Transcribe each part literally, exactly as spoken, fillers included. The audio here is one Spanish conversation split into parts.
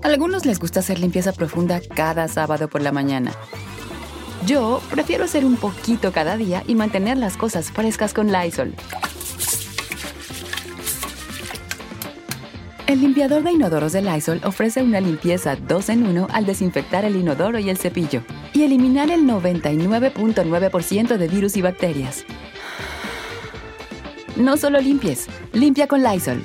A algunos les gusta hacer limpieza profunda cada sábado por la mañana. Yo prefiero hacer un poquito cada día y mantener las cosas frescas con Lysol. El limpiador de inodoros de Lysol ofrece una limpieza dos en uno al desinfectar el inodoro y el cepillo y eliminar el noventa y nueve punto nueve por ciento de virus y bacterias. No solo limpies, limpia con Lysol.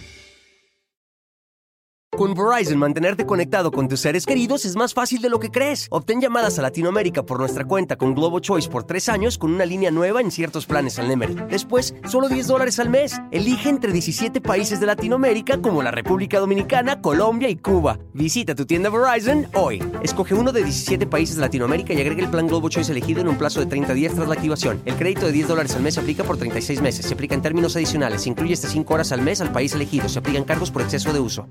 Con Verizon, mantenerte conectado con tus seres queridos es más fácil de lo que crees. Obtén llamadas a Latinoamérica por nuestra cuenta con Globo Choice por tres años con una línea nueva en ciertos planes al Nemery. Después, solo diez dólares al mes. Elige entre diecisiete países de Latinoamérica como la República Dominicana, Colombia y Cuba. Visita tu tienda Verizon hoy. Escoge uno de diecisiete países de Latinoamérica y agrega el plan Globo Choice elegido en un plazo de treinta días tras la activación. El crédito de diez dólares al mes se aplica por treinta y seis meses. Se aplica en términos adicionales. Se incluye hasta cinco horas al mes al país elegido. Se aplican cargos por exceso de uso.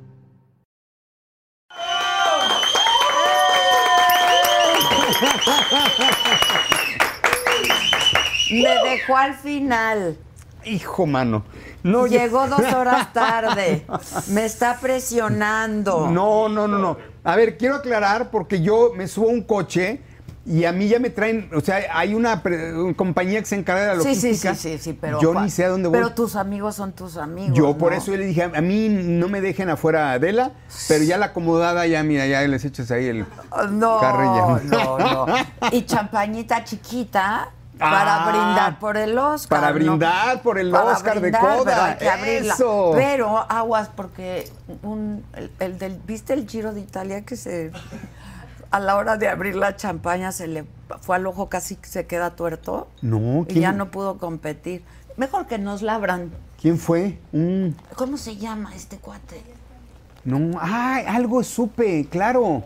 Me dejó al final. Hijo, mano. No, Llegó ya... dos horas tarde. Me está presionando. No, no, no, no. A ver, quiero aclarar porque yo me subo a un coche y a mí ya me traen, o sea, hay una, una compañía que se encarga de la logística. Sí, sí, sí, sí, sí, pero yo ni sé a dónde voy. Pero tus amigos son tus amigos. Yo por ¿no? eso yo le dije, a mí no me dejen afuera Adela, pero ya la acomodada, ya mira, ya les echas ahí el no, carrilla. No, no. Y champañita chiquita para Ah, brindar por el Oscar. Para brindar ¿no? por el Para Oscar brindar, de pero Coda. hay que abrirla. Eso. Pero aguas, porque un, el, el del, ¿viste el Giro de Italia que se... A la hora de abrir la champaña se le fue al ojo, casi se queda tuerto? No, ¿quién? Y ya no pudo competir. Mejor que nos labran. ¿Quién fue? Mm. ¿Cómo se llama este cuate? No, ah, algo supe, claro.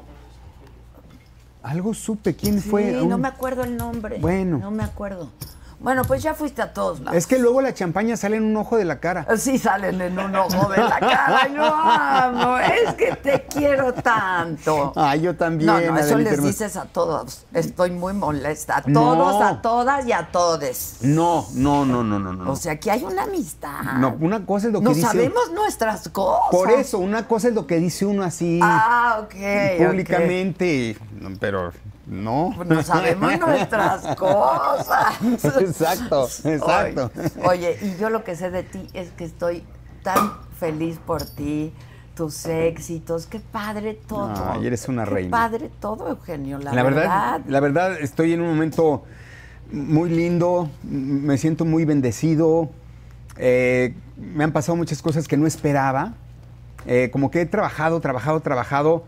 Algo supe, ¿quién sí, fue? Sí, no me acuerdo el nombre. Bueno. No me acuerdo. Bueno, pues ya fuiste a todos lados. Es que luego la champaña sale en un ojo de la cara. Sí, salen en un ojo de la cara. Yo amo, es que te quiero tanto. Ah, yo también. No, no, eso Adelita, les hermano. dices a todos. Estoy muy molesta. A No. todos, a todas y a todes. No, no, no, no, no, no. O sea, aquí hay una amistad. No, una cosa es lo que No dice. sabemos nuestras cosas. Por eso, una cosa es lo que dice uno así. Ah, ok. Públicamente. No, pero no. No sabemos nuestras cosas. Exacto, exacto. Oye, oye, y yo lo que sé de ti es que estoy tan feliz por ti, tus éxitos. Qué padre todo. Ay, eres una Qué reina. Qué padre todo, Eugenio, la, la verdad, verdad. La verdad, estoy en un momento muy lindo, me siento muy bendecido. Eh, me han pasado muchas cosas que no esperaba. Eh, como que he trabajado, trabajado, trabajado.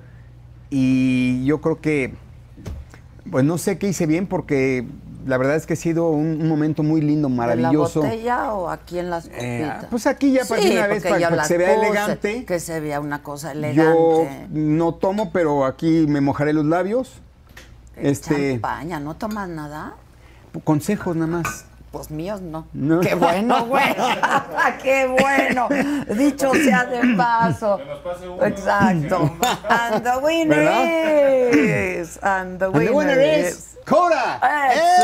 Y yo creo que, pues no sé qué hice bien porque la verdad es que ha sido un, un momento muy lindo, maravilloso. ¿En la botella o aquí en las copitas? Eh, pues aquí ya para sí, una vez, para, ya para que se vea puse, elegante. Que se vea una cosa elegante. Yo no tomo, pero aquí me mojaré los labios. Este, champaña, ¿no tomas nada? Consejos nada más. Pues míos no. no. ¡Qué bueno, güey! ¡Qué bueno! Dicho sea de paso. Que nos pase uno. Exacto. And the winner ¿verdad? is... And the winner, And the winner is... is... ¡Coda! ¡Eso!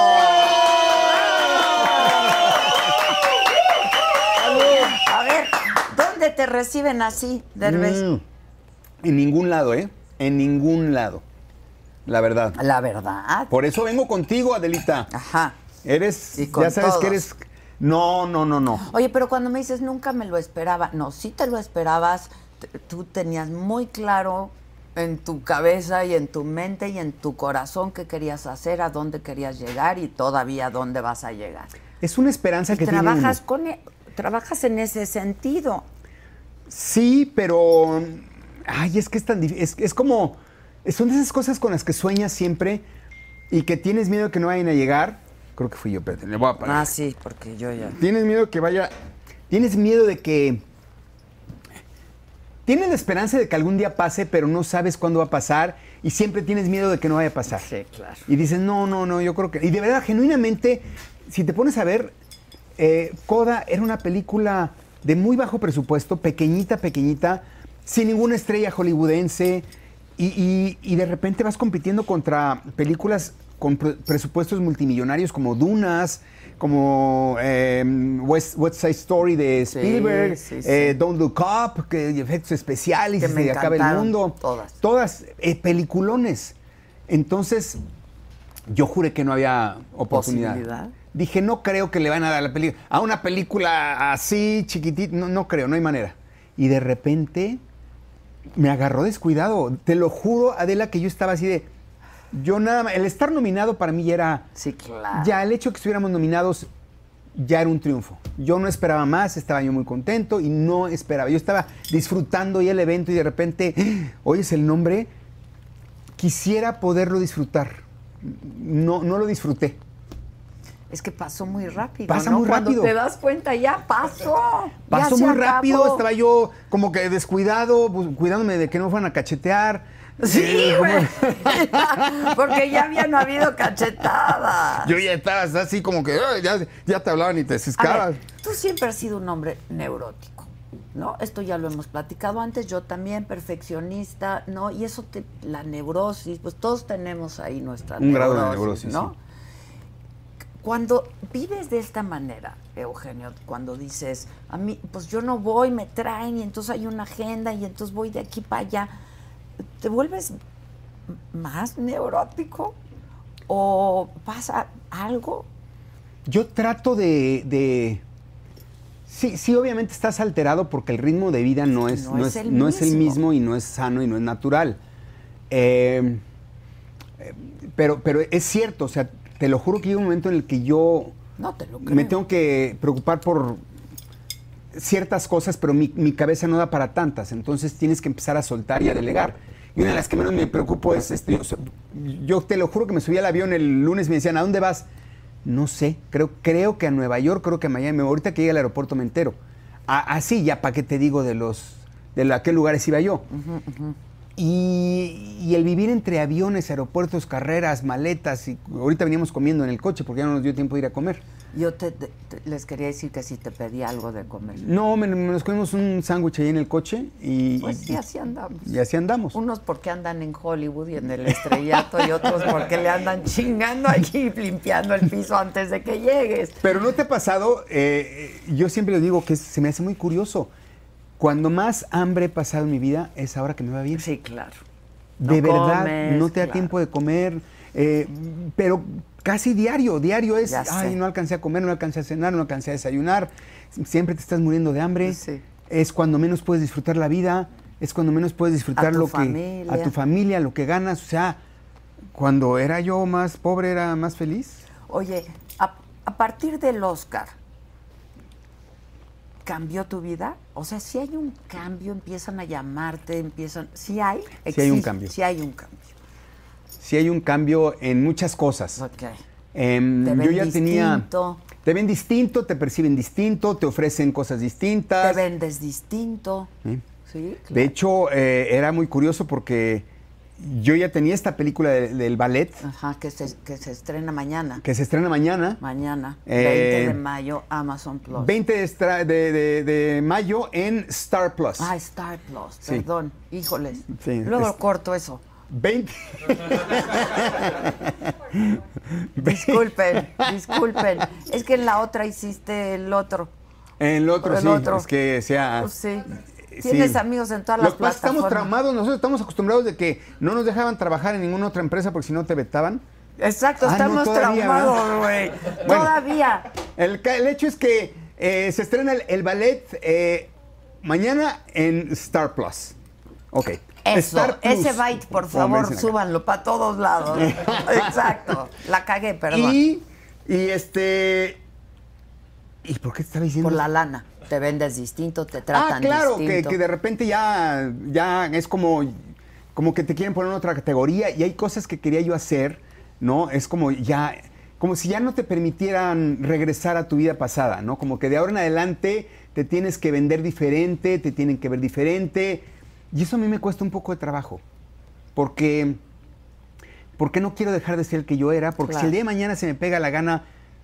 A ver, ¿dónde te reciben así, Derbez? Mm, en ningún lado, ¿eh? En ningún lado. La verdad. La verdad. Por eso vengo contigo, Adelita. Ajá. Eres, Y con ya sabes todos. que eres... No, no, no, no. Oye, pero cuando me dices nunca me lo esperaba, no, sí te lo esperabas, t- tú tenías muy claro en tu cabeza y en tu mente y en tu corazón qué querías hacer, a dónde querías llegar y todavía a dónde vas a llegar. Es una esperanza Y que tiene trabajas uno. con e- trabajas en ese sentido. Sí, pero... Ay, es que es tan difícil. Es, es como... Son de esas cosas con las que sueñas siempre y que tienes miedo de que no vayan a llegar. Creo que fui yo, pero le voy a parar. Ah, sí, porque yo ya... Tienes miedo que vaya... Tienes miedo de que... Tienes la esperanza de que algún día pase, pero no sabes cuándo va a pasar y siempre tienes miedo de que no vaya a pasar. Sí, claro. Y dices, no, no, no, yo creo que... Y de verdad, genuinamente, si te pones a ver, eh, Coda era una película de muy bajo presupuesto, pequeñita, pequeñita, sin ninguna estrella hollywoodense y, y, y de repente vas compitiendo contra películas con pre presupuestos multimillonarios como Dunas, como eh, West, West Side Story de Spielberg, sí, sí, sí. Eh, Don't Look Up, que efectos especiales, que y me se acaba el mundo. Todas. Todas eh, peliculones. Entonces, yo juré que no había oportunidad. ¿Posibilidad? Dije, no creo que le van a dar la película. A una película así, chiquitita, no, no creo, no hay manera. Y de repente me agarró descuidado. Te lo juro, Adela, que yo estaba así de... Yo nada más... El estar nominado para mí ya era... Sí, claro. Ya el hecho de que estuviéramos nominados ya era un triunfo. Yo no esperaba más, estaba yo muy contento y no esperaba. Yo estaba disfrutando ya el evento y de repente, oyes el nombre, quisiera poderlo disfrutar. No, no lo disfruté. Es que pasó muy rápido, Pasa ¿no? muy rápido. Cuando te das cuenta, ya pasó. Pasó ya muy se rápido, acabó. Estaba yo como que descuidado, pues, cuidándome de que no fueran a cachetear. Sí, eh, güey. Porque ya habían habido cachetadas. Yo ya estaba así como que ay, ya, ya te hablaban y te ciscabas. Tú siempre has sido un hombre neurótico, ¿no? Esto ya lo hemos platicado antes, yo también, perfeccionista, ¿no? Y eso, te, la neurosis, pues todos tenemos ahí nuestra un neurosis, grado de neurosis, ¿no? sí. Cuando vives de esta manera, Eugenio, cuando dices, a mí, pues yo no voy, me traen y entonces hay una agenda y entonces voy de aquí para allá, ¿te vuelves más neurótico o pasa algo? Yo trato de... de... Sí, sí, obviamente estás alterado porque el ritmo de vida no es, no no es, es, el, no mismo. es el mismo y no es sano y no es natural. Eh, pero, pero es cierto, o sea, te lo juro que llega un momento en el que yo no te lo creo. me tengo que preocupar por ciertas cosas, pero mi, mi cabeza no da para tantas. Entonces tienes que empezar a soltar y a delegar. Y una de las que menos me preocupo es, este, yo, yo te lo juro que me subí al avión el lunes y me decían, ¿a dónde vas? No sé, creo, creo que a Nueva York, creo que a Miami. Ahorita que llegue al aeropuerto me entero. Así ya, ¿para qué te digo de los, de a qué lugares iba yo? Uh-huh, uh-huh. Y, y el vivir entre aviones, aeropuertos, carreras, maletas, y ahorita veníamos comiendo en el coche porque ya no nos dio tiempo de ir a comer. Yo te, te, les quería decir que si te pedí algo de comer. No, me, me nos comimos un sándwich ahí en el coche y... Pues y, y así andamos. Y así andamos. Unos porque andan en Hollywood y en el estrellato y otros porque le andan chingando aquí limpiando el piso antes de que llegues. Pero ¿no te ha pasado? Eh, yo siempre les digo que se me hace muy curioso. Cuando más hambre he pasado en mi vida es ahora que me va bien. Sí, claro. De no verdad, comes, no te da claro. tiempo de comer, eh, pero casi diario, diario es, Ya ay, sé. no alcancé a comer, no alcancé a cenar, no alcancé a desayunar, siempre te estás muriendo de hambre, Sí. es cuando menos puedes disfrutar la vida, es cuando menos puedes disfrutar A tu lo familia. que, a tu familia, lo que ganas, o sea, cuando era yo más pobre era más feliz. Oye, a, a partir del Oscar, ¿cambió tu vida? O sea, si hay un cambio, empiezan a llamarte, empiezan... ¿Sí hay? Sí hay un cambio. Sí hay un cambio. Sí hay un cambio en muchas cosas. Ok. Eh, Te ven yo ya tenía... distinto. Te ven distinto, te perciben distinto, te ofrecen cosas distintas. Te vendes distinto. ¿Sí? Sí, claro. De hecho, eh, era muy curioso porque yo ya tenía esta película de, del ballet Ajá, que se, que se estrena mañana. que se estrena mañana. Mañana, Eh, veinte de mayo, Amazon Plus. veinte de, estra- de- de- de mayo en Star Plus. Ah, Star Plus, Sí. perdón. Híjoles. Sí, Luego es- corto eso. veinte. Disculpen, disculpen. Es que en la otra hiciste el otro. El otro El sí, otro. es que sea... Pues sí. sí. Tienes amigos en todas Los las que pasa es que plataformas. estamos traumados, nosotros estamos acostumbrados de que no nos dejaban trabajar en ninguna otra empresa porque si no te vetaban. Exacto, Ah, no, estamos todavía, traumados, güey. Bueno. Todavía. El, ca- el hecho es que eh, se estrena el, el ballet eh, mañana en Star Plus. Ok. Eso, Star Plus, ese byte, por como me favor, dicen acá. súbanlo para todos lados. Exacto. La cagué, perdón. Y, y este... ¿Y por qué te estaba diciendo? Por la lana. Te vendes distinto, te tratan Ah, claro, que, distinto. que de repente ya, ya es como, como que te quieren poner en otra categoría y hay cosas que quería yo hacer, ¿no? Es como ya, como si ya no te permitieran regresar a tu vida pasada, ¿no? Como que de ahora en adelante te tienes que vender diferente, te tienen que ver diferente. Y eso a mí me cuesta un poco de trabajo, porque, porque no quiero dejar de ser el que yo era, porque Claro. si el día de mañana se me pega la gana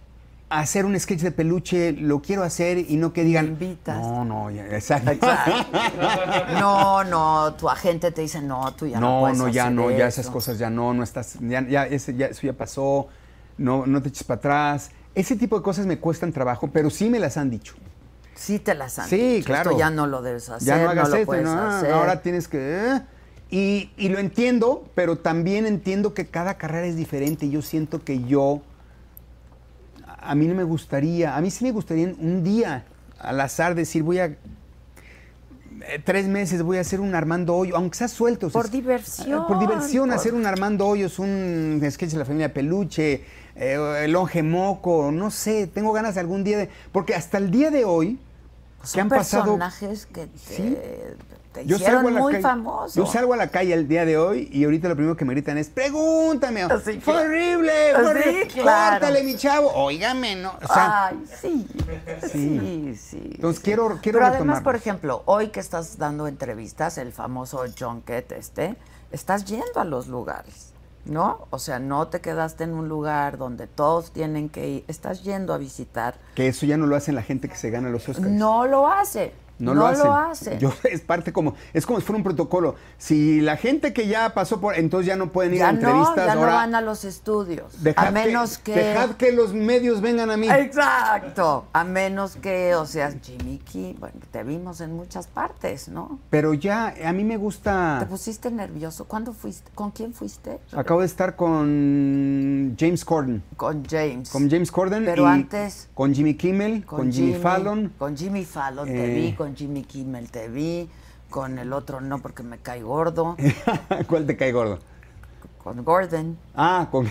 hacer un sketch de peluche, lo quiero hacer y no que digan... Me invitas. No, no, ya, exacto. Exacto. No, no, tu agente te dice, no, tú ya no, no puedes No, ya hacer no, eso. ya esas cosas ya no, no estás, ya, ya, ese, ya eso ya pasó, no, no te eches para atrás. Ese tipo de cosas me cuestan trabajo, pero sí me las han dicho. Sí te las han Sí, dicho. claro. Esto ya no lo debes hacer, Ya no hagas no lo esto, puedes no, hacer. ahora tienes que... ¿eh? Y, y lo entiendo, pero también entiendo que cada carrera es diferente. Yo siento que yo... A mí no me gustaría, a mí sí me gustaría un día al azar decir voy a, eh, tres meses voy a hacer un Armando Hoyos, aunque sea suelto. Por o sea, diversión. Por diversión, por... hacer un Armando Hoyos, un sketch de la familia Peluche, eh, el Longe Moco, no sé, tengo ganas de algún día de... Porque hasta el día de hoy, pues que han personajes pasado... que te, ¿sí? te Yo hicieron salgo a la muy calle, famoso. Yo salgo a la calle el día de hoy y ahorita lo primero que me gritan es ¡pregúntame! Sí, ¡Fue claro. horrible! ¡Fue Sí, horrible! claro. ¡Córtale, mi chavo! ¡Óigame, no! O sea, Ay, sí, sí, sí. Entonces sí. quiero, quiero Pero además, retomarlo. por ejemplo, hoy que estás dando entrevistas, el famoso junket este, estás yendo a los lugares, ¿no? O sea, no te quedaste en un lugar donde todos tienen que ir, estás yendo a visitar. Que eso ya no lo hacen la gente que se gana los Oscars. No lo hace. No, no lo hacen. lo hacen. Yo, es parte como, es como si fuera un protocolo. Si la gente que ya pasó por, entonces ya no pueden ir ya a entrevistas. no, ya ahora no van a los estudios. dejad A menos que, Dejad que los medios vengan a mí. Exacto. A menos que, o sea, Jimmy Kimmel, bueno, te vimos en muchas partes, ¿no? Pero ya, a mí me ¿Te gusta... pusiste nervioso? ¿Cuándo fuiste? ¿Con quién fuiste? Acabo de estar con James Corden. Con James. Con James Corden. Pero y antes... con Jimmy Kimmel, con, Jimmy, Fallon. Con Jimmy Fallon Eh, te vi, con Jimmy Kimmel te vi, con el otro no porque me cae gordo, ¿Cuál te cae gordo? con Gordon. Ah, con...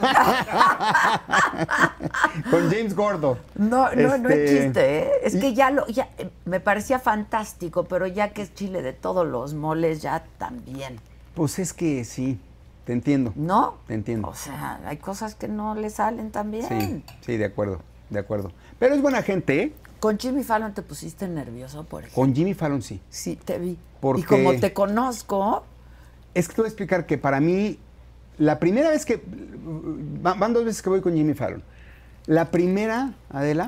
con James Gordo. No, no, no es Este, chiste, ¿eh? Es y- que ya lo, ya eh, me parecía fantástico, pero ya que es chile de todos los moles, ya también, Pues es que sí, te entiendo. ¿no? Te entiendo. O sea, hay cosas que no le salen tan bien. Sí, sí, de acuerdo, de acuerdo. Pero es buena gente, ¿eh? Con Jimmy Fallon te pusiste nervioso, por ejemplo. Con Jimmy Fallon sí. Sí, te vi. Porque- Y como te conozco, Es que te voy a explicar que para mí, la primera vez que... va- Van dos veces que voy con Jimmy Fallon. La primera, Adela,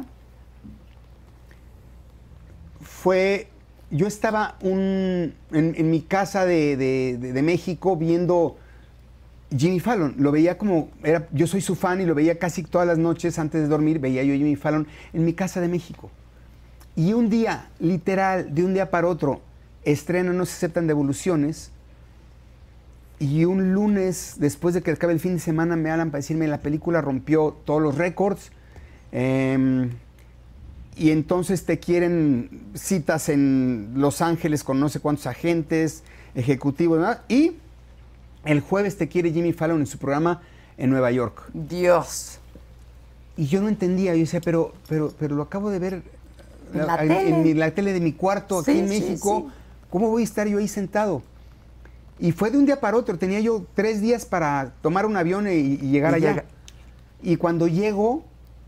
fue... Yo estaba un, en, en mi casa de, de- de- de México viendo Jimmy Fallon. Lo veía como... Era, yo soy su fan y lo veía casi todas las noches antes de dormir. Veía yo a Jimmy Fallon en mi casa de México. Y un día, literal, de un día para otro, estrena No se aceptan devoluciones. Y un lunes, después de que acabe el fin de semana, me hablan para decirme la película rompió todos los récords. Eh, y entonces te quieren citas en Los Ángeles con no sé cuántos agentes, ejecutivos, ¿verdad? Y el jueves te quiere Jimmy Fallon en su programa en Nueva York. Dios. Y yo no entendía, yo decía, pero, pero, pero lo acabo de ver En la en, tele. en mi- la tele de mi cuarto aquí Sí, en sí, México. sí. ¿Cómo voy a estar yo ahí sentado? Y fue de un día para otro, tenía yo tres días para tomar un avión y, y llegar Y allá. llega- Y cuando llego,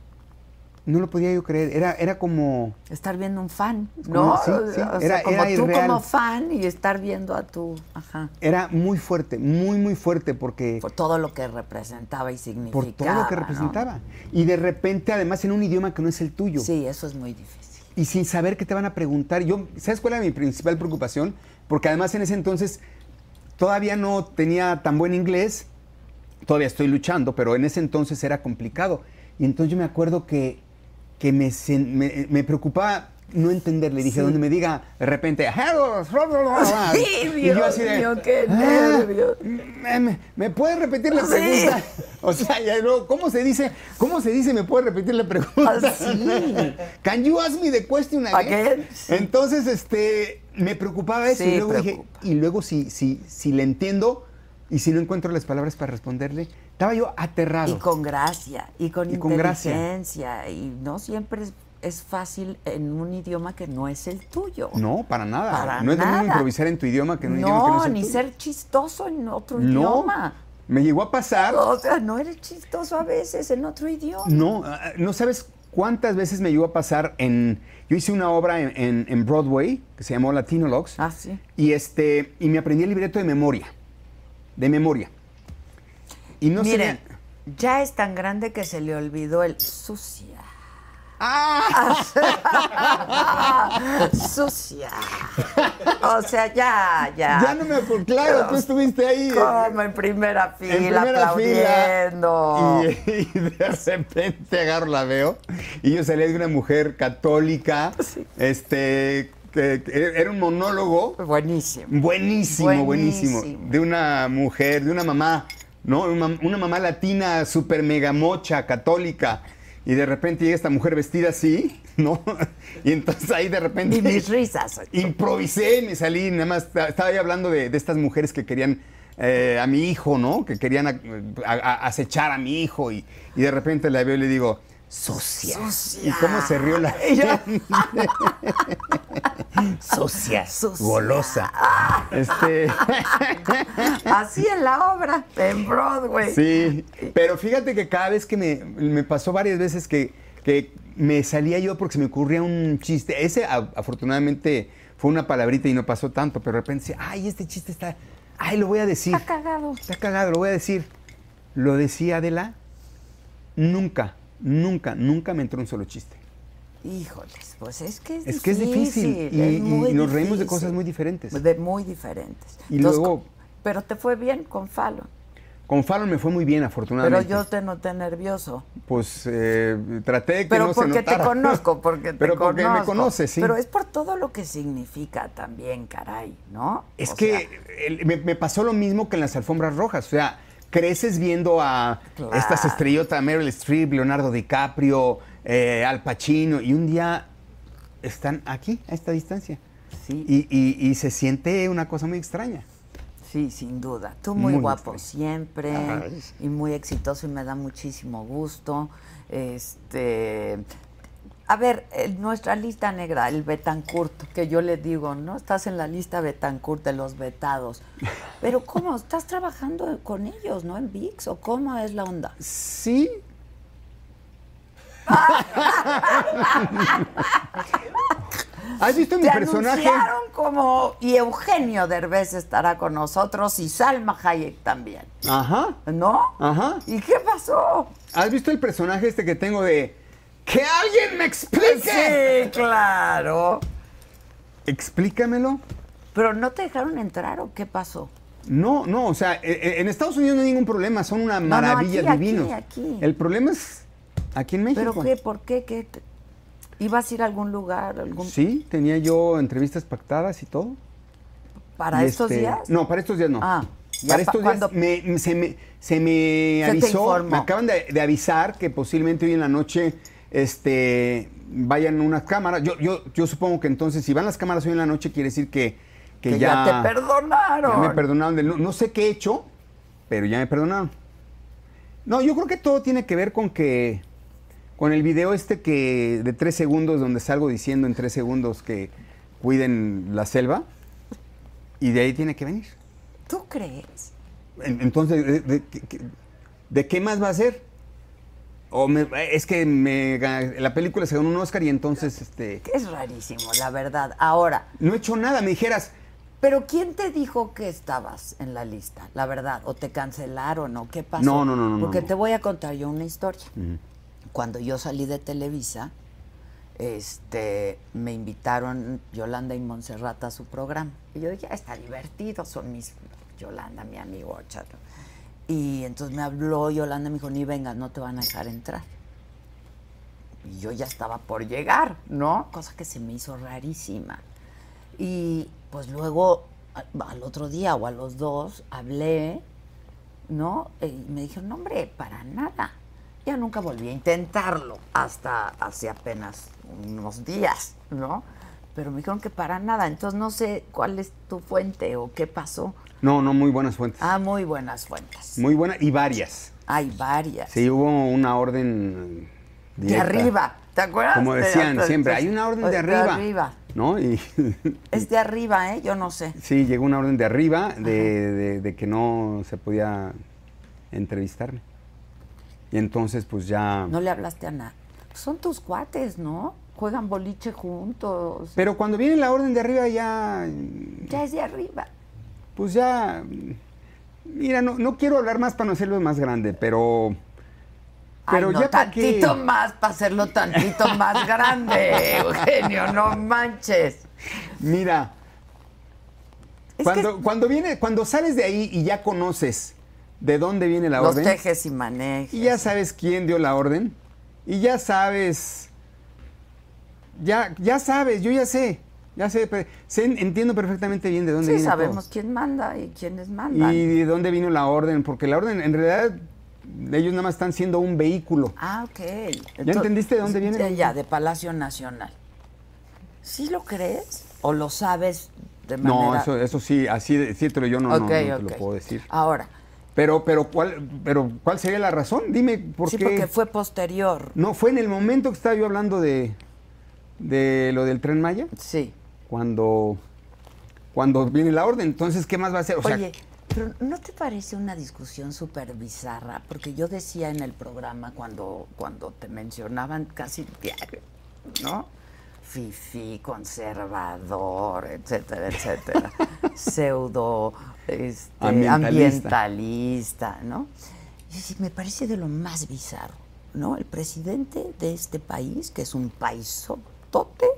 no lo podía yo creer, era, era como... Estar viendo un fan, como- ¿no? sí, sí, O sea, era- como era tú irreal. como fan y estar viendo a tu... Ajá. Era muy fuerte, muy, muy fuerte porque... Por todo lo que representaba y significaba. por todo lo que ¿no? representaba. Y de repente, además, en un idioma que no es el tuyo. Sí, eso es muy difícil. Y sin saber qué te van a preguntar. Yo, ¿sabes cuál era mi principal preocupación? Porque además en ese entonces todavía no tenía tan buen inglés. Todavía estoy luchando, pero en ese entonces era complicado. Y entonces yo me acuerdo que, que me, sen- me, me preocupaba no entenderle. Dije, Sí. donde me diga de repente... Sí, y Dios yo así de... mío, qué "Ah, nervios". ¿Me, me, me puedes repetir la Sí. pregunta? O sea, ya luego, ¿cómo se dice? ¿Cómo se dice? ¿Me puedes repetir la pregunta? Ah, sí. Can you ask me the question again? Again, sí. Entonces, este, me preocupaba eso Sí, y luego dije, preocupa. y luego si, si, si le entiendo y si no encuentro las palabras para responderle, estaba yo aterrado. Y con gracia, y con Y con gracia. inteligencia. Y no siempre es, es fácil en un idioma que no es el tuyo. No, para nada. Para no es lo mismo nada. improvisar en tu idioma que en un idioma que no No, es el ni tuyo. ser chistoso en otro No, idioma. me llegó a pasar. O sea, no eres chistoso a veces en otro idioma. No, ah, no sabes cuántas veces me llegó a pasar en... Yo hice una obra en, en- en Broadway que se llamó Latinologues. Ah, sí. Y, este, y me aprendí el libreto de memoria. De memoria. Y no Miren, sé... ya es tan grande que se le olvidó el sucia. Sucia. O sea, ya, ya. Ya no me acuerdo. Claro, Pero, tú estuviste ahí. Como en primera fila, en primera aplaudiendo. Fila, y, y de repente agarro, la veo, y yo salía de una mujer católica, sí. este, que, que era un monólogo. Buenísimo. Buenísimo, buenísimo. buenísimo. De una mujer, de una mamá, ¿no? Una, una mamá latina súper mega mocha, católica. Y de repente llega esta mujer vestida así, ¿no? Y entonces ahí de repente... Y mis risas. Improvisé, me salí, nada más estaba ahí hablando de, de estas mujeres que querían eh, a mi hijo, ¿no? Que querían a, a, a acechar a mi hijo. Y, y de repente la veo y le digo, sucia. Sucia. Y cómo se rió la gente. Sucia, Sucia. Golosa. Este... Así en la obra, en Broadway. Sí, pero fíjate que cada vez que me, me pasó varias veces que, que me salía yo porque se me ocurría un chiste. Ese a, afortunadamente fue una palabrita y no pasó tanto, pero de repente decía, ay, este chiste está, ay, lo voy a decir. Está cagado. Está cagado, lo voy a decir. Lo decía Adela, nunca, nunca, nunca me entró un solo chiste. Híjoles, pues es que es, es difícil. Que es difícil y, es y muy nos difícil. reímos de cosas muy diferentes. De muy diferentes. Y Entonces, luego... Pero te fue bien con Fallon. Con Fallon me fue muy bien, afortunadamente. Pero yo te noté nervioso. Pues eh, traté de que pero no se notara. Pero porque te conozco, porque te pero conozco. Pero porque me conoces, sí. Pero es por todo lo que significa también, caray, ¿no? Es o que sea, el, me, me pasó lo mismo que en las alfombras rojas. O sea, creces viendo a claro. estas estrellotas, Meryl Streep, Leonardo DiCaprio, eh, Al Pacino, y un día están aquí, a esta distancia. Sí. Y, y, y se siente una cosa muy extraña. Sí, sin duda. Tú muy, muy guapo extraño. Siempre. Ay. Y muy exitoso y me da muchísimo gusto. Este... A ver, en nuestra lista negra, el Betancourt, que yo le digo, ¿no? Estás en la lista Betancourt de los vetados. Pero ¿cómo? ¿Estás trabajando con ellos, no? ¿En V I X? ¿O cómo es la onda? Sí. ¿Has visto mi Te personaje? Anunciaron como... Y Eugenio Derbez estará con nosotros y Salma Hayek también. Ajá. ¿No? Ajá. ¿Y qué pasó? ¿Has visto el personaje este que tengo de... ¡Que alguien me explique! Sí, claro. Explícamelo. ¿Pero no te dejaron entrar o qué pasó? No, no, o sea, en Estados Unidos no hay ningún problema, son una no, maravilla no, aquí, divinos. Aquí, aquí. El problema es aquí en México. ¿Pero qué? ¿Por qué? ¿Qué te... ¿Ibas a ir a algún lugar? Algún... Sí, tenía yo entrevistas pactadas y todo. ¿Para y estos este... días? No, para estos días no. Ah, para estos pa días me, se me, se me se avisó, me acaban de, de avisar que posiblemente hoy en la noche este, vayan unas cámaras. Yo, yo, yo supongo que entonces si van las cámaras hoy en la noche quiere decir que, que, que ya, ya te perdonaron. Ya me perdonaron. De, no, no sé qué he hecho, pero ya me perdonaron. No, yo creo que todo tiene que ver con que... Con el video este que de tres segundos, donde salgo diciendo en tres segundos que cuiden la selva, y de ahí tiene que venir. ¿Tú crees? Entonces, ¿de, de, de, de qué más va a ser? O me, es que me, la película se ganó un Oscar y entonces... este Es rarísimo, la verdad. Ahora... No he hecho nada, me dijeras... ¿Pero quién te dijo que estabas en la lista, la verdad? ¿O te cancelaron o qué pasó? No, no, no. no Porque no. te voy a contar yo una historia. Uh-huh. Cuando yo salí de Televisa, este, me invitaron Yolanda y Montserrat a su programa. Y yo dije, ya está divertido, son mis... Yolanda, mi amigo, chato. Y entonces me habló Yolanda, me dijo, ni vengas, no te van a dejar entrar. Y yo ya estaba por llegar, ¿no? Cosa que se me hizo rarísima. Y pues luego, al otro día o a los dos, hablé, ¿no? Y me dijeron, no, hombre, para nada. Ya nunca volví a intentarlo, hasta hace apenas unos días, ¿no? Pero me dijeron que para nada, entonces no sé cuál es tu fuente o qué pasó. No, no, muy buenas fuentes. Ah, muy buenas fuentes. Muy buenas y varias. Hay varias. Sí, hubo una orden directa. De arriba, ¿te acuerdas? Como decían de, siempre, hay una orden de, de arriba. De arriba. ¿No? Y, es de arriba, ¿eh? Yo no sé. Sí, llegó una orden de arriba de, de, de que no se podía entrevistarme. Y entonces, pues ya... ¿No le hablaste a nada? Son tus cuates, ¿no? Juegan boliche juntos. Pero cuando viene la orden de arriba ya... Ya es de arriba. Pues ya... Mira, no, no quiero hablar más para no hacerlo más grande, pero... Pero Ay, no, ya pa' qué. tantito más para hacerlo tantito más grande, Eugenio, no manches. Mira, Es cuando, que cuando viene, cuando sales de ahí y ya conoces de dónde viene la los orden, tejes y manejes. y ya sabes quién dio la orden, y ya sabes, ya, ya sabes, yo ya sé, ya sé, pe- sé, entiendo perfectamente bien de dónde Sí, viene sabemos todo. quién manda y quiénes mandan. Y de dónde vino la orden, porque la orden en realidad ellos nada más están siendo un vehículo. Ah, ok. ¿Ya entendiste de dónde viene? Ya, ya, de Palacio Nacional. ¿Sí lo crees? ¿O lo sabes de manera...? No, eso, eso sí, así de decírtelo yo no, Ok, no, no te ok. lo puedo decir. Ahora, Pero, pero, ¿cuál, pero, ¿cuál sería la razón? Dime por sí, qué. porque fue posterior. No, fue en el momento que estaba yo hablando de, de lo del Tren Maya, Sí. cuando, cuando viene la orden. Entonces, ¿qué más va a hacer? O sea, Oye, pero ¿no te parece una discusión súper bizarra? Porque yo decía en el programa cuando, cuando te mencionaban casi diario, ¿no? Fifí, conservador, etcétera, etcétera. Pseudo, este, Ambientalista. ambientalista, ¿no? Y sí, me parece de lo más bizarro, ¿no? El presidente de este país, que es un paisotote,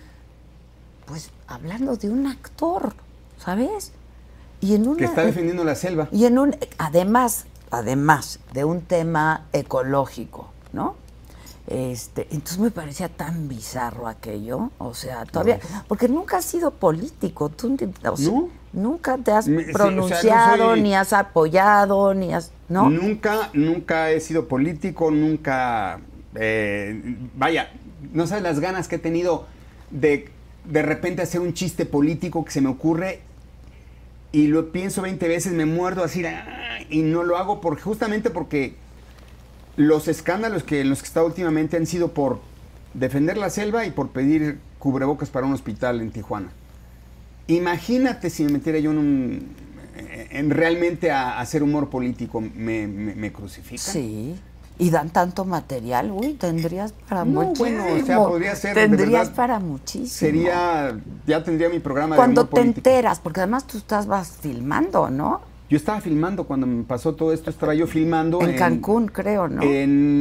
pues hablando de un actor, ¿sabes? Y en una, que está defendiendo la selva. y en un, además, además de un tema ecológico, ¿no? Este, entonces me parecía tan bizarro aquello, o sea, todavía, porque nunca has sido político, tú, o sea, ¿No? nunca te has Me- sí, o sea, no pronunciado, soy- ni has apoyado, ni has, ¿no? Nunca, nunca he sido político, nunca, eh, vaya, no sabes las ganas que he tenido de de repente hacer un chiste político que se me ocurre y lo pienso veinte veces, me muerdo así ¡ah! Y no lo hago por, justamente porque los escándalos que en los que he estado últimamente han sido por defender la selva y por pedir cubrebocas para un hospital en Tijuana. Imagínate si me metiera yo en un en realmente a, a hacer humor político, me, me, me crucifican. Sí. Y dan tanto material, uy, tendrías para No, muchísimo. bueno, o sea, podría ser, de Tendrías verdad, para muchísimo. Sería, ya tendría mi programa Cuando de humor te político. enteras, porque además tú estabas filmando, ¿no? Yo estaba filmando cuando me pasó todo esto, estaba yo filmando En Cancún, creo, ¿no?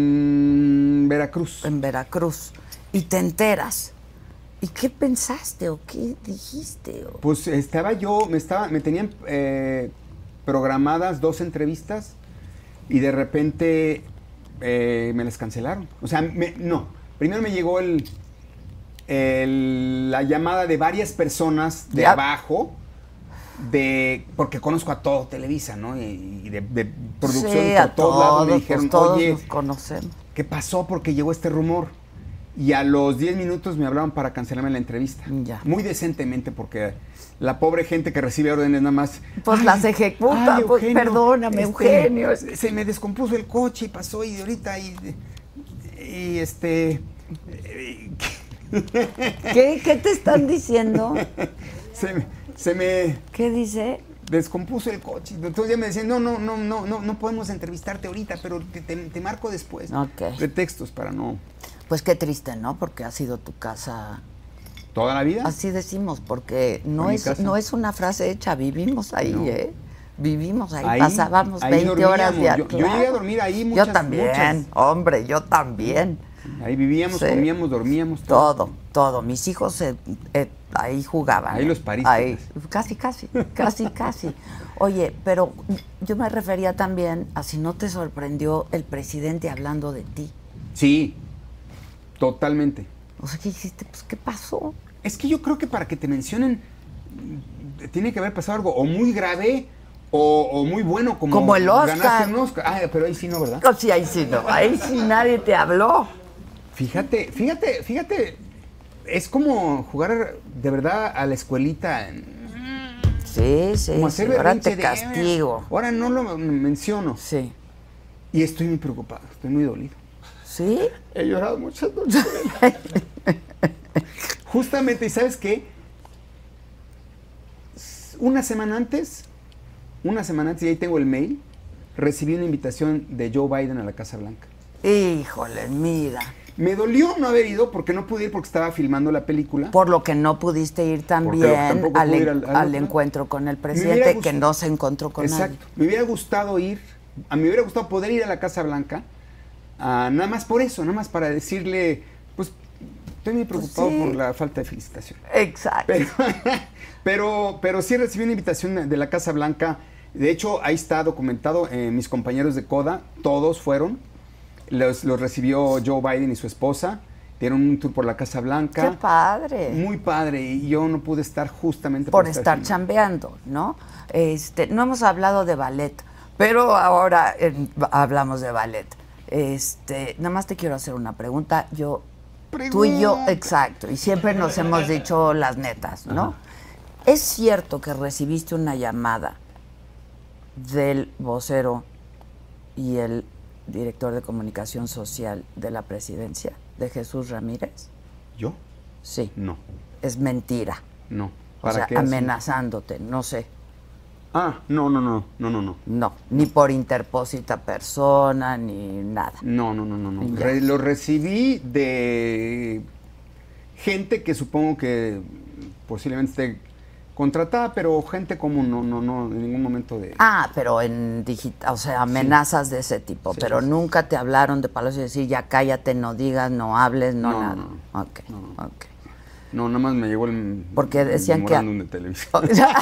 En Veracruz. En Veracruz. Y te enteras. ¿Y qué pensaste o qué dijiste? O... Pues estaba yo, me estaba, me tenían eh, programadas dos entrevistas y de repente eh, me las cancelaron. O sea, me- no. Primero me llegó el, el- la llamada de varias personas de Ya. abajo, de porque conozco a todo Televisa, ¿no? Y, y de, de producción sí, por a todos lados me todos, dijeron, pues todos oye, nos conocemos. ¿qué pasó? Porque llegó este rumor. Y a los diez minutos me hablaron para cancelarme la entrevista. Ya. Muy decentemente, porque la pobre gente que recibe órdenes nada más. Pues las ejecuta, pues, perdóname, Eugenio. Se me descompuso el coche y pasó y ahorita y, y este. ¿Qué? ¿Qué te están diciendo? se, me- se me ¿Qué dice? descompuso el coche. Entonces ya me decían, no, no, no, no, no, no podemos entrevistarte ahorita, pero te, te- te marco después. Ok. Pretextos para no. Pues qué triste, ¿no? Porque ha sido tu casa. ¿Toda la vida? Así decimos, porque no ¿A mi es, casa? no es una frase hecha, vivimos ahí, No. ¿eh? Vivimos ahí, Ahí- pasábamos ahí veinte horas dormíamos. de Yo- yo llegué a dormir ahí muchas, Yo también, muchas. hombre, yo también. Ahí vivíamos, Sí. comíamos, dormíamos. Todo, todo. Mis hijos se- eh, ahí jugaban. Ahí ¿eh? los pariste, Ahí, casi, casi, casi, casi. Oye, pero yo me refería también a si no te sorprendió el presidente hablando de ti. Sí, totalmente. O sea, ¿qué dijiste? Pues, ¿qué pasó? Es que yo creo que para que te mencionen mm, tiene que haber pasado algo o muy grave o, o muy bueno como, Como el Oscar. ganaste un Oscar. Ah, pero ahí sí no, ¿verdad? Oh, sí, ahí sí no, ahí sí nadie te habló. Fíjate, fíjate, fíjate, es como jugar de verdad a la escuelita, Sí, sí, como sí, hacer ahora berrinche te de, castigo. Ahora no lo menciono Sí. y estoy muy preocupado, estoy muy dolido. ¿Sí? He llorado muchas noches. Justamente, ¿y sabes qué? Una semana antes, una semana antes, y ahí tengo el mail, recibí una invitación de Joe Biden a la Casa Blanca. Híjole, mira. Me dolió no haber ido porque no pude ir porque estaba filmando la película. Por lo que no pudiste ir Porque también tampoco al, pude en- ir al- al al otro. encuentro con el Me presidente, hubiera que gust- no se encontró con Exacto. nadie. Me hubiera gustado ir, a mí me hubiera gustado poder ir a la Casa Blanca a, nada más por eso, nada más para decirle, pues estoy muy preocupado Pues sí. por la falta de felicitación. Exacto. Pero, pero, pero sí recibí una invitación de la Casa Blanca. De hecho, ahí está documentado, eh, mis compañeros de CODA, todos fueron. Los, los recibió Joe Biden y su esposa. Dieron un tour por la Casa Blanca. Qué padre. Muy padre. Y yo no pude estar justamente por, por, estar filmando. chambeando, ¿no? Este, no hemos hablado de ballet, pero ahora eh, hablamos de ballet. Este, nada más te quiero hacer una pregunta. Yo, Pregunta. tú y yo, exacto, y siempre nos hemos dicho las netas, ¿no? Ajá. ¿Es cierto que recibiste una llamada del vocero y el director de comunicación social de la presidencia, de Jesús Ramírez? ¿Yo? Sí. No, Es mentira. no. O ¿Para sea, qué así? amenazándote, no sé. Ah, no, no, no, no, no, no. No, ni por interpósita persona, ni nada. No, no, no, no, no. Ya. Re- lo recibí de gente que supongo que posiblemente esté contratada, pero gente común, no, no, no, en ningún momento de... Ah, pero en digital, o sea, amenazas de ese tipo, Sí, pero sí. nunca te hablaron de Palacio y decir, ya cállate, no digas, no hables, no, No, nada. no, Ok, no, no. ok. No, nada más me llegó el... Porque decían el que- memorándum de televisión.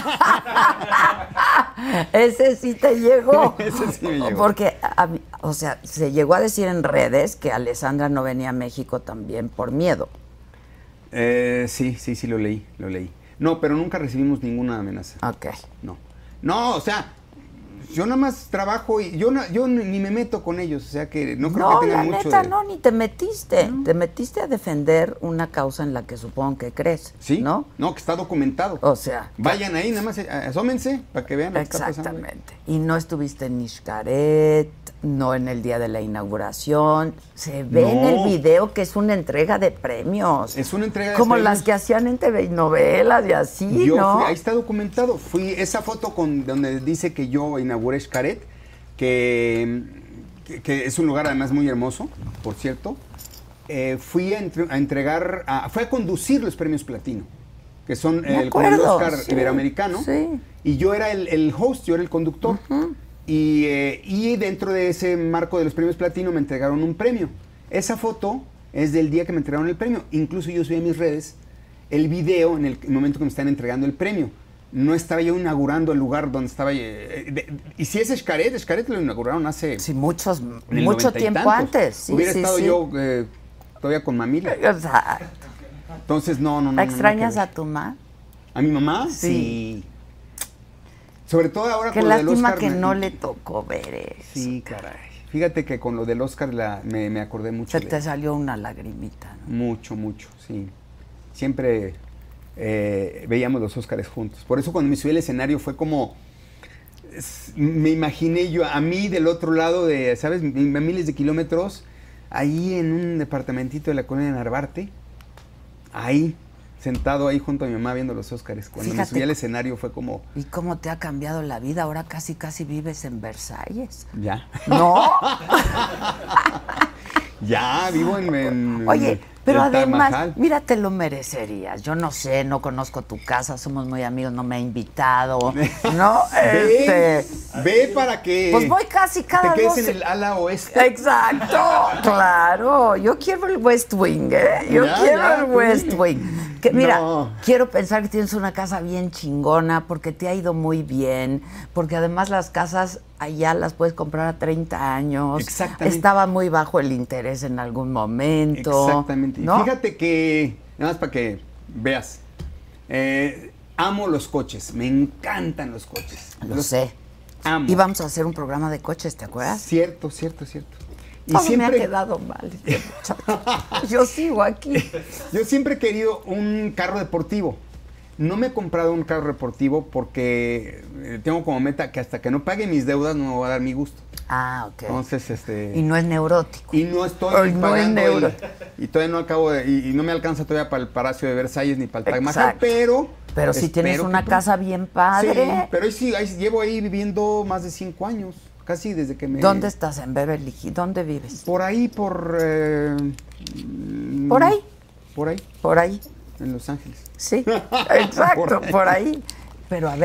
Ese sí te llegó. Ese sí me llegó. Porque, a mí- o sea, se llegó a decir en redes que Alessandra no venía a México también por miedo. Eh, sí, sí, sí, lo leí, lo leí. No, pero nunca recibimos ninguna amenaza. Ok. No. No, o sea, yo nada más trabajo y yo, no- yo ni ni me meto con ellos, o sea que no creo No, que la tengan mucho neta, de... no, ni te metiste. Te metiste a defender una causa en la que supongo que crees, ¿Sí? ¿no? No, que está documentado. O sea, Vayan ahí, nada más eh, asómense para que vean lo que está pasando. exactamente. Y no estuviste en Xcaret, no en el día de la inauguración. Se ve No. en el video que es una entrega de premios. Es una entrega de Como premios. las que hacían en T V y novelas y así, Yo ¿no? fui, ahí está documentado. Fui esa foto con donde dice que yo inauguré Xcaret, que, que, que es un lugar además muy hermoso, por cierto. Eh, fui a, entre- a entregar, a, fui a conducir los premios Platino, que son Me el, como el acuerdo, Oscar sí, Iberoamericano. sí. Y yo era el, el host, yo era el conductor. y, eh, y dentro de ese marco de los premios Platino me entregaron un premio. Esa foto es del día que me entregaron el premio. Incluso yo subí a mis redes el video en el momento que me están entregando el premio. No estaba yo inaugurando el lugar donde estaba... eh, de- y si es Xcaret, Xcaret lo inauguraron hace... Sí, muchos, en el mucho noventa y tiempo tantos. antes. Sí, Hubiera sí, estado sí. yo eh, todavía con Mamila. Exacto. Entonces, no, no, no. no, ¿Extrañas no, a tu mamá? ¿A mi mamá? Sí. Sí. Sobre todo ahora Qué con lo del lástima Oscar. que me- no le tocó ver eso. Sí, caray. Fíjate que con lo del Oscar la, me, me acordé mucho. Se de- te salió una lagrimita, ¿no? Mucho, mucho, sí. Siempre eh, veíamos los Óscares juntos. Por eso cuando me subí al escenario fue como... es- me imaginé yo a mí del otro lado de, ¿sabes? M- miles de kilómetros, ahí en un departamentito de la colonia Narvarte, ahí, sentado ahí junto a mi mamá viendo los Óscares. Cuando Fíjate me subí al cu- escenario fue como... ¿Y cómo te ha cambiado la vida? Ahora casi, casi vives en Versalles. Ya. ¿No? Ya, vivo en... en- Oye, pero en Taj además, Mahal. mira, te lo merecerías. Yo no sé, no conozco tu casa, somos muy amigos, no me ha invitado, ¿no? Ve, Este, ve para que... pues voy casi cada te quedes dos- en el ala oeste. Exacto, claro. Yo quiero el West Wing, ¿eh? Yo Ya, quiero ya, el tú West dime. Wing. Que, mira, No. quiero pensar que tienes una casa bien chingona porque te ha ido muy bien, porque además las casas allá las puedes comprar a treinta años. Exactamente. Estaba muy bajo el interés en algún momento. Exactamente. Y ¿no? fíjate que, nada más para que veas, eh, amo los coches, me encantan los coches. Lo Los sé. Amo. Íbamos a hacer un programa de coches, ¿te acuerdas? Cierto, cierto, cierto. Y Todo me ha siempre, quedado mal. este muchacho. Yo sigo aquí. yo siempre he querido un carro deportivo. No me he comprado un carro deportivo porque eh, tengo como meta que hasta que no pague mis deudas no me va a dar mi gusto. Ah, ok. Entonces, este... Y no es neurótico. Y no estoy Ay, no pagando es el- neuro. y todavía no acabo de, y, y no me alcanza todavía para el Palacio de Versalles ni para el Taj Mahal, Exacto. pero Pero si tienes espero una que casa bien padre. Sí, pero ahí sí, ahí sí, llevo ahí viviendo más de cinco años, casi desde que me... ¿Dónde estás? ¿En Beverly Hills? ¿Dónde vives? Por ahí, por... eh, mm, ¿Por ahí? Por ahí, Por ahí. en Los Ángeles. Sí, exacto, Por ahí. por ahí. Pero a ver,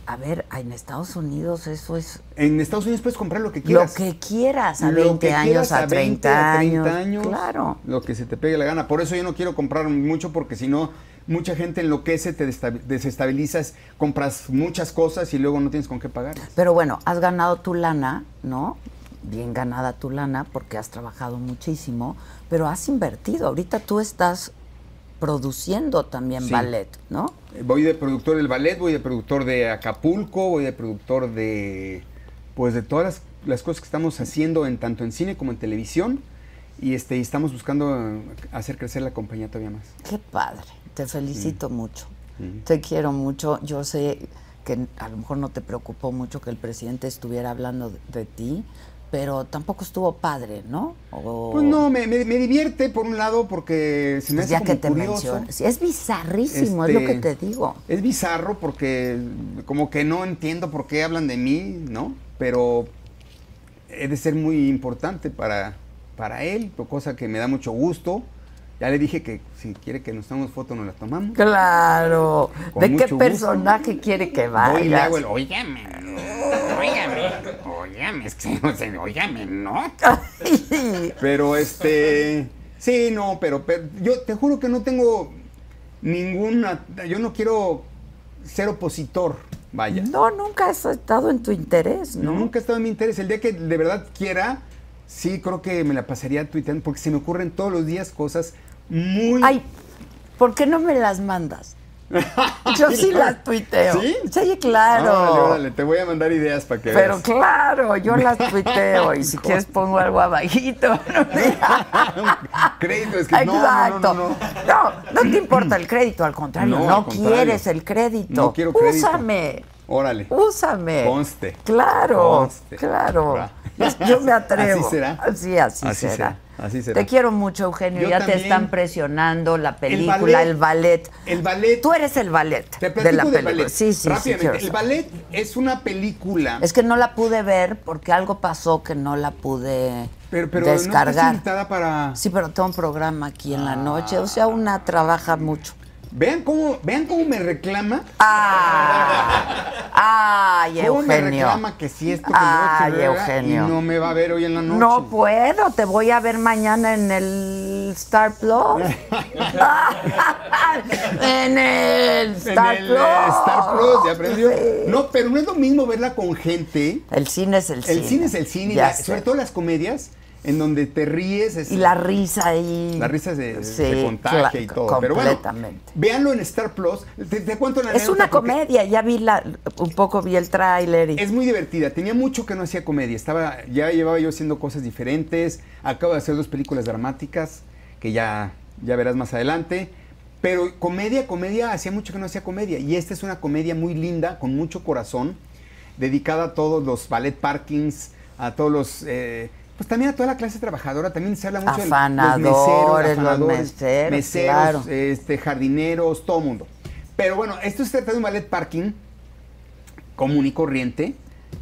a ver, en Estados Unidos eso es... En Estados Unidos puedes comprar lo que quieras. Lo que quieras, a Lo veinte que años, quieras, a treinta años. años. Claro. Lo que se te pegue la gana. Por eso yo no quiero comprar mucho, porque si no, mucha gente enloquece, te desestabilizas, compras muchas cosas y luego no tienes con qué pagar. Pero bueno, has ganado tu lana, ¿no? Bien ganada tu lana, porque has trabajado muchísimo, pero has invertido. Ahorita tú estás produciendo también sí. ballet, ¿no? Voy de productor del ballet, voy de productor de Acapulco, voy de productor de, pues de todas las, las cosas que estamos haciendo, en tanto en cine como en televisión, y este y estamos buscando hacer crecer la compañía todavía más. Qué padre, te felicito mm. mucho, mm. te quiero mucho. Yo sé que a lo mejor no te preocupó mucho que el presidente estuviera hablando de, de ti, pero tampoco estuvo padre, ¿no? O... Pues no, me, me, me divierte por un lado porque se me pues hace ya como que te curioso. mencionas. Sí, es bizarrísimo, este, es lo que te digo. Es bizarro porque como que no entiendo por qué hablan de mí, ¿no? Pero he de ser muy importante para, para él, cosa que me da mucho gusto. Ya le dije que si quiere que nos tomemos foto, nos la tomamos. Claro. Con ¿De qué gusto. personaje quiere que vayas? Voy y le hago el, óigame, óigame, óigame, es que no sé, óigame, ¿no? Pero este, sí, no, pero, pero yo te juro que no tengo ninguna, yo no quiero ser opositor, vaya. No, nunca has estado en tu interés, ¿no? Nunca ha estado en mi interés. El día que de verdad quiera, sí, creo que me la pasaría tuiteando, porque se me ocurren todos los días cosas muy... Ay, ¿por qué no me las mandas? Yo sí las tuiteo. ¿Sí? Sí, claro. Órale, órale, te voy a mandar ideas para que Pero veas. claro, yo las tuiteo y si quieres pongo algo abajito. Crédito, es que exacto. No, no, no, no. No, no te importa el crédito, al contrario, No, no al contrario. quieres el crédito. No quiero crédito. Úsame. Órale. Úsame. Conste. Claro, Conste. claro. Va. Yo me atrevo. ¿Así será? Sí, así, así será. será. Así será. Te quiero mucho, Eugenio. Yo ya también. te están presionando la película, el ballet. el ballet. El ballet. Tú eres el ballet Te de la platico del película. ballet. Sí, sí, Rápidamente. sí. El ballet es una película. Es que no la pude ver porque algo pasó que no la pude pero, pero descargar. No estás invitada para... Sí, pero tengo un programa aquí en ah. la noche. O sea, una trabaja mucho. Vean cómo, vean cómo me reclama. ¡Ah! ¡Ay, ¿Cómo Eugenio! me reclama que si esto, que ¡Ay, lo otro, Eugenio! Y no me va a ver hoy en la noche. No puedo, te voy a ver mañana en el Star Plus. en el Star en el, Plus. Eh, Star Plus, ¿ya aprendió? Sí. No, pero no es lo mismo verla con gente. El cine es el, El cine. cine es el cine, y Ya la- sé. sobre todo las comedias, en donde te ríes. Es, Y la risa ahí. La risa se, Sí, se contagia cla- y todo. Pero bueno, completamente. véanlo en Star Plus. Te, te cuento una Es anécdota una porque comedia, ya vi la, un poco vi el tráiler. Y... Es muy divertida. Tenía mucho que no hacía comedia. Estaba, ya llevaba yo haciendo cosas diferentes. Acabo de hacer dos películas dramáticas que ya, ya verás más adelante. Pero comedia, comedia, hacía mucho que no hacía comedia. Y esta es una comedia muy linda, con mucho corazón, dedicada a todos los ballet parkings, a todos los... Eh, pues también a toda la clase trabajadora. También se habla mucho Afanadores, de los meseros, los afanadores, meseros, meseros, claro. este, jardineros, todo mundo. Pero bueno, esto se trata de un ballet parking común y corriente,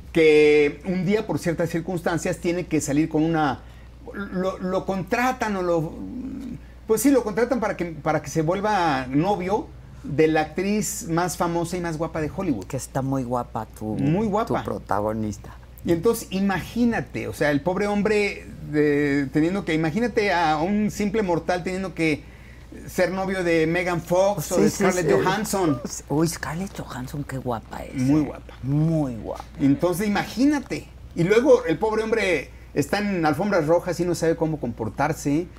que un día, por ciertas circunstancias, tiene que salir con una... Lo, lo contratan o lo... Pues sí, lo contratan para que, para que se vuelva novio de la actriz más famosa y más guapa de Hollywood. Que está muy guapa tu, Muy guapa. tu protagonista. Y entonces, imagínate, o sea, el pobre hombre de, teniendo que... Imagínate a un simple mortal teniendo que ser novio de Megan Fox o Sí, de sí, Scarlett sí. Johansson. Uy, Scarlett Johansson, qué guapa es. Muy eh. guapa. Muy guapa. Entonces, imagínate. Y luego el pobre hombre está en alfombras rojas y no sabe cómo comportarse.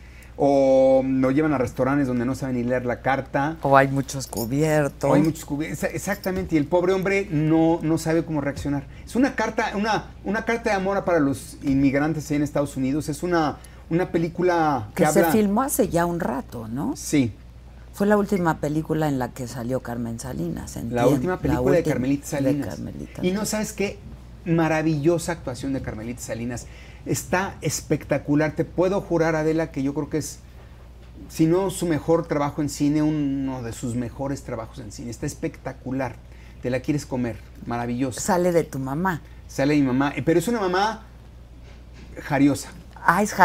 O lo llevan a restaurantes donde no saben ni leer la carta. O hay muchos cubiertos. O hay muchos cubiertos. Exactamente. Y el pobre hombre no, no sabe cómo reaccionar. Es una carta, una, una carta de amor para los inmigrantes ahí en Estados Unidos. Es una, una película que, Que se habla... filmó hace ya un rato, ¿no? Sí. Fue la última película en la que salió Carmen Salinas. La entiendo. última película La de última Carmelita Salinas. de Carmelita. Y no sabes qué maravillosa actuación de Carmelita Salinas. Está espectacular. Te puedo jurar, Adela, que yo creo que es, si no su mejor trabajo en cine, uno de sus mejores trabajos en cine. Está espectacular. Te la quieres comer. Maravillosa. Sale de tu mamá. Sale mi mamá. Pero es una mamá jariosa. ¡Ah, es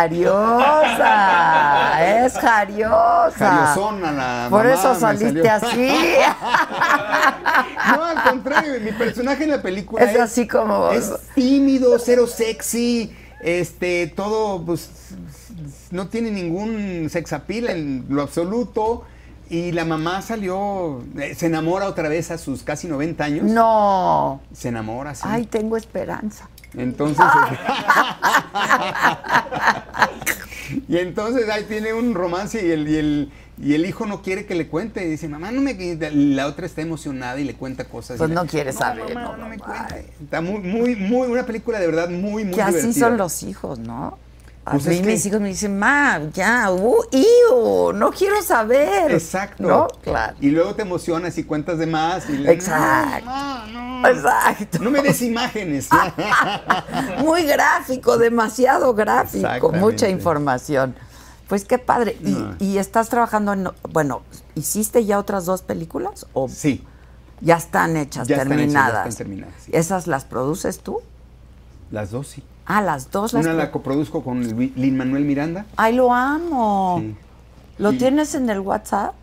jariosa! ¡Es jariosa! Jariosona la Por mamá eso me saliste salió. así. No, al contrario, mi personaje en la película es, es así como... Es tímido, cero sexy, este, todo, pues, no tiene ningún sex appeal en lo absoluto. Y la mamá salió, eh, se enamora otra vez a sus casi noventa años. No. Se enamora, sí. Ay, tengo esperanza. Entonces... y entonces ahí tiene un romance y el, y el, y el hijo no quiere que le cuente. Y dice, mamá, no me... La otra está emocionada y le cuenta cosas. Pues y no le, quiere no, saber. Mamá, no, no, no me mamá. cuente. Está muy, muy, muy... Una película de verdad muy, muy que divertida. así son los hijos, ¿no? A Pues mí es que- mis hijos me dicen, ma, ya, uh, iu, no quiero saber. Exacto. ¿No? Claro. Y luego te emocionas y cuentas de más. Y le- Exacto. No, no, no. Exacto. No me des imágenes. Muy gráfico, demasiado gráfico, Exactamente. mucha información. Pues qué padre. ¿Y, No. y estás trabajando en, bueno, hiciste ya otras dos películas o Sí. ya están hechas, Ya están hechas, ya terminadas? están terminadas, sí. ¿Esas las produces tú? Las dos, sí. Ah, las dos las Una la pro- coproduzco con Lin-Manuel Miranda. Ay, lo amo. Sí. ¿Lo Y- tienes en el WhatsApp?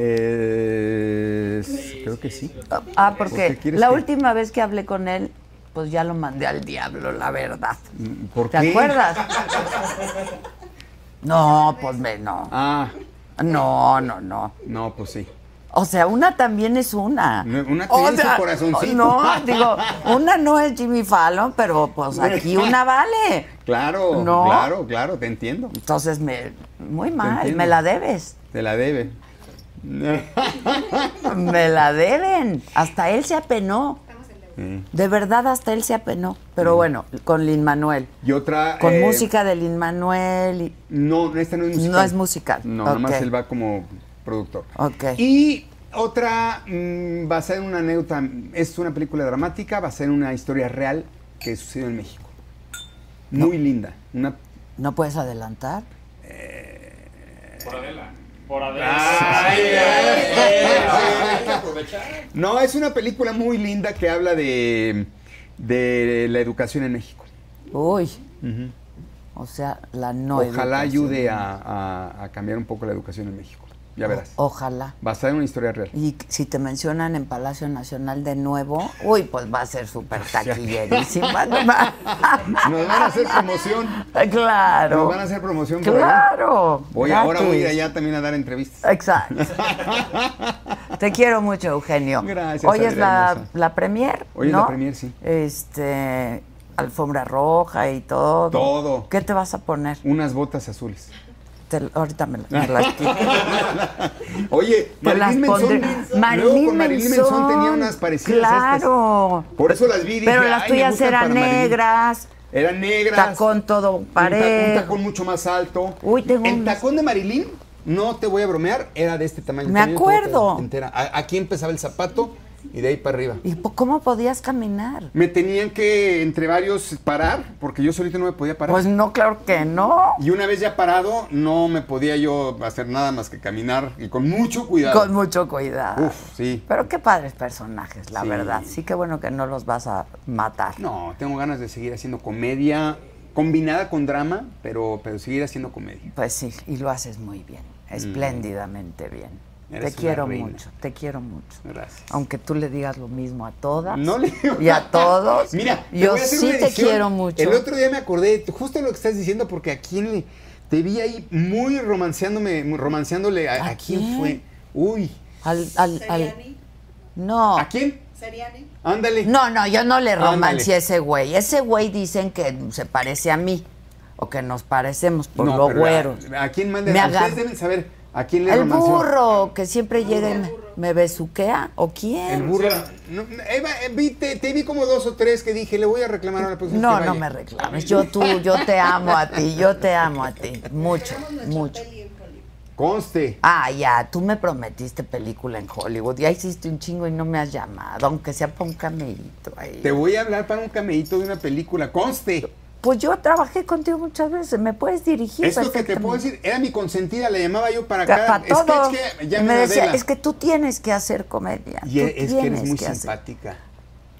Eh, creo que sí. Ah, ¿Por porque qué quieres la que- última vez que hablé con él, pues ya lo mandé al diablo, la verdad. ¿Por ¿Te qué? acuerdas? No, pues me no. Ah, No, no, no. no, pues sí. O sea, una también es una. No, una O tiene su sea, corazoncito. No, digo, una no es Jimmy Fallon, pero pues aquí una vale. Claro, No. claro, claro, te entiendo. Entonces, me, muy mal, entiendo. me la debes. Te la debe. Me la deben. Hasta él se apenó. Sí. De verdad, hasta él se apenó. Pero bueno, con Lin-Manuel. Y otra... Con eh, música de Lin-Manuel. y- No, esta no es musical. No es musical. No, Ok. nada más él va como productor. Ok. Y otra mm, basada en una anécdota, es una película dramática, basada en una historia real que sucedió en México. Muy linda. Una... ¿No puedes adelantar? Por Adela. Por Adela. Ay, Hay que aprovechar. No, es una película muy linda que habla de, de la educación en México. Uy. O sea, la no Ojalá educación. ayude a, a- a cambiar un poco la educación en México. Ya verás. Ojalá. Basada en una historia real. Y si te mencionan en Palacio Nacional de nuevo, uy, pues va a ser súper taquillerísima. Nos van a hacer promoción. Claro. Nos van a hacer promoción por allá. Claro. Voy, ahora voy a ir gratis. allá también a dar entrevistas. Exacto. Te quiero mucho, Eugenio. Gracias, Hoy es Adela la, hermosa. la premier, Hoy es ¿no? la premier, sí. Este, alfombra roja y todo. Todo. ¿Qué te vas a poner? Unas botas azules. Te- ahorita me, me las quito. Oye, Te las Marilyn Menzón. pondré. luego Marilyn con Marilyn Menzón tenía unas parecidas a estas. Claro. Por eso las vi y dije, Pero las "Ay, me tuyas gustan eran para Marilyn". negras. Eran negras. Tacón todo Un, ta- un parejo. tacón mucho más alto. Uy, tengo El unas- tacón de Marilyn, no te voy a bromear, era de este tamaño. Me También acuerdo. entera. A- Aquí empezaba el zapato y de ahí para arriba. ¿Y po- cómo podías caminar? Me tenían que, entre varios, parar, porque yo solito no me podía parar. Pues no, claro que no. Y una vez ya parado, no me podía yo hacer nada más que caminar y con mucho cuidado. Con mucho cuidado. Uf, sí. Pero qué padres personajes, la Sí. verdad. Sí, qué bueno que no los vas a matar. No, tengo ganas de seguir haciendo comedia, combinada con drama, pero, pero seguir haciendo comedia. Pues sí, y lo haces muy bien, espléndidamente bien. Eres Te una quiero reina. mucho, te quiero mucho. Gracias. Aunque tú le digas lo mismo a todas No le digo y a nada. todos. Mira, te yo voy a hacer sí una te edición. quiero mucho. El otro día me acordé, justo lo que estás diciendo, porque a quién le. Te vi ahí muy romanceándome, muy romanceándole. ¿A, ¿A a quién quién? fue? Uy. Al, al, al- Seriani. No. ¿A quién? Seriani. Ándale. No, no, yo no le Ándale. romancé a ese güey. Ese güey dicen que se parece a mí. O que nos parecemos por No, lo pero güero. ¿A, a quién manda? Me Ustedes agar- deben saber a quién le El romanceó. burro, que siempre llega y me, me besuquea. ¿O quién? El burro. No, Eva, eh, vi- te, te vi como dos o tres que dije, le voy a reclamar a la próxima No, vez que no vaya. me reclames. Yo tú, yo te amo a ti, yo te amo a ti. Mucho, mucho. Conste. Ah, ya, tú me prometiste película en Hollywood. Ya hiciste un chingo y no me has llamado, aunque sea para un camellito ahí. Te voy a hablar para un camellito de una película. Conste. Pues yo trabajé contigo muchas veces, me puedes dirigir. Es lo que te perfectamente. puedo decir. Era mi consentida, la llamaba yo para Para cada todo. sketch que Y llamen me a decía, Adela. es que tú tienes que hacer comedia. Y tú es que eres tienes muy que hacer. simpática.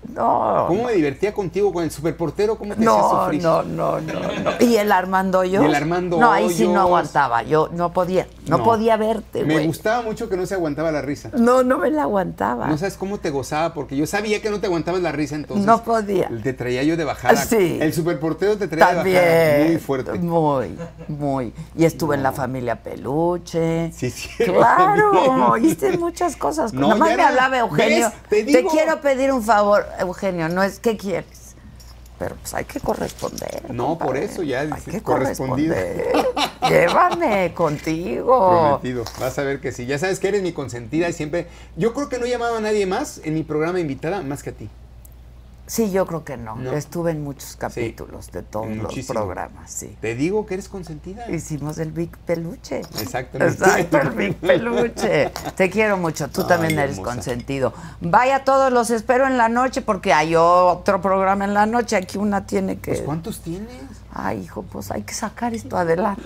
No. ¿Cómo me divertía contigo con el superportero? ¿Cómo te hacía No, sufrir? no, no, no, no. ¿Y el Armando Hoyos? Y el Armando No, ahí sí no Hoyos. aguantaba. Yo no podía. No, No. podía verte, Me güey. gustaba mucho que no se aguantaba la risa. No, no me la aguantaba. No sabes cómo te gozaba, porque yo sabía que no te aguantabas la risa, entonces. No podía. Te traía yo de bajada. Sí. El superportero te traía También. de bajada. Muy fuerte. Muy, muy. Y estuve en la familia Peluche. Sí, sí. Claro, hice muchas cosas. No, Nomás ya me era- hablaba Eugenio. ¿ves? Te Te digo. quiero pedir un favor, Eugenio. No es, ¿qué quieres? Pero pues hay que corresponder. No, por compadre. eso ya Hay dices, que correspondido. corresponder. Llévame contigo. Prometido. Vas a ver que sí. Ya sabes que eres mi consentida y siempre. Yo creo que no he llamado a nadie más en mi programa invitada más que a ti. Sí, yo creo que no. No. Estuve en muchos capítulos de todos Muchísimo. los programas, sí. Te digo que eres consentida. Hicimos el Big Peluche. Exactamente. Exacto, el Big Peluche. Te quiero mucho. Tú Ay, también eres hermosa. consentido. Vaya todos, los espero en la noche porque hay otro programa en la noche. Aquí una tiene que... Pues, ¿cuántos tienes? Ay, hijo, pues hay que sacar esto adelante.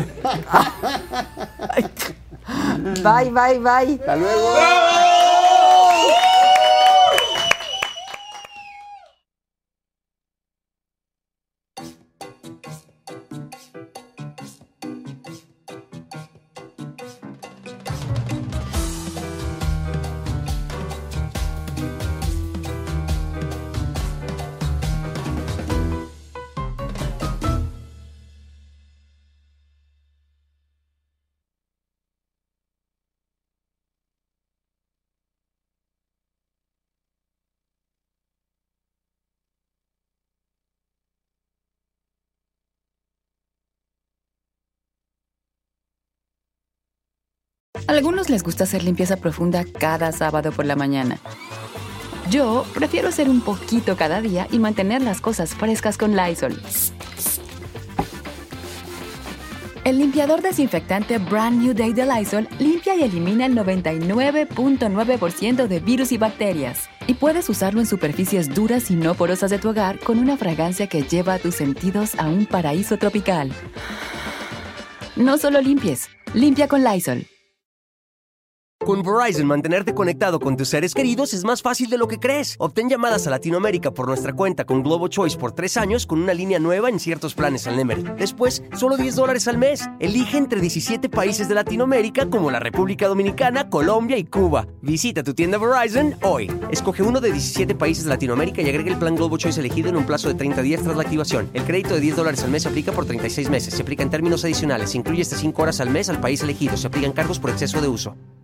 Bye, bye, bye. Hasta luego. A algunos les gusta hacer limpieza profunda cada sábado por la mañana. Yo prefiero hacer un poquito cada día y mantener las cosas frescas con Lysol. El limpiador desinfectante Brand New Day de Lysol limpia y elimina el noventa y nueve punto nueve por ciento de virus y bacterias. Y puedes usarlo en superficies duras y no porosas de tu hogar con una fragancia que lleva a tus sentidos a un paraíso tropical. No solo limpies, limpia con Lysol. Con Verizon, mantenerte conectado con tus seres queridos es más fácil de lo que crees. Obtén llamadas a Latinoamérica por nuestra cuenta con Globo Choice por tres años con una línea nueva en ciertos planes al Nemery. Después, solo diez dólares al mes. Elige entre diecisiete países de Latinoamérica como la República Dominicana, Colombia y Cuba. Visita tu tienda Verizon hoy. Escoge uno de diecisiete países de Latinoamérica y agrega el plan Globo Choice elegido en un plazo de treinta días tras la activación. El crédito de diez dólares al mes se aplica por treinta y seis meses. Se aplica en términos adicionales. Se incluye hasta cinco horas al mes al país elegido. Se aplican cargos por exceso de uso.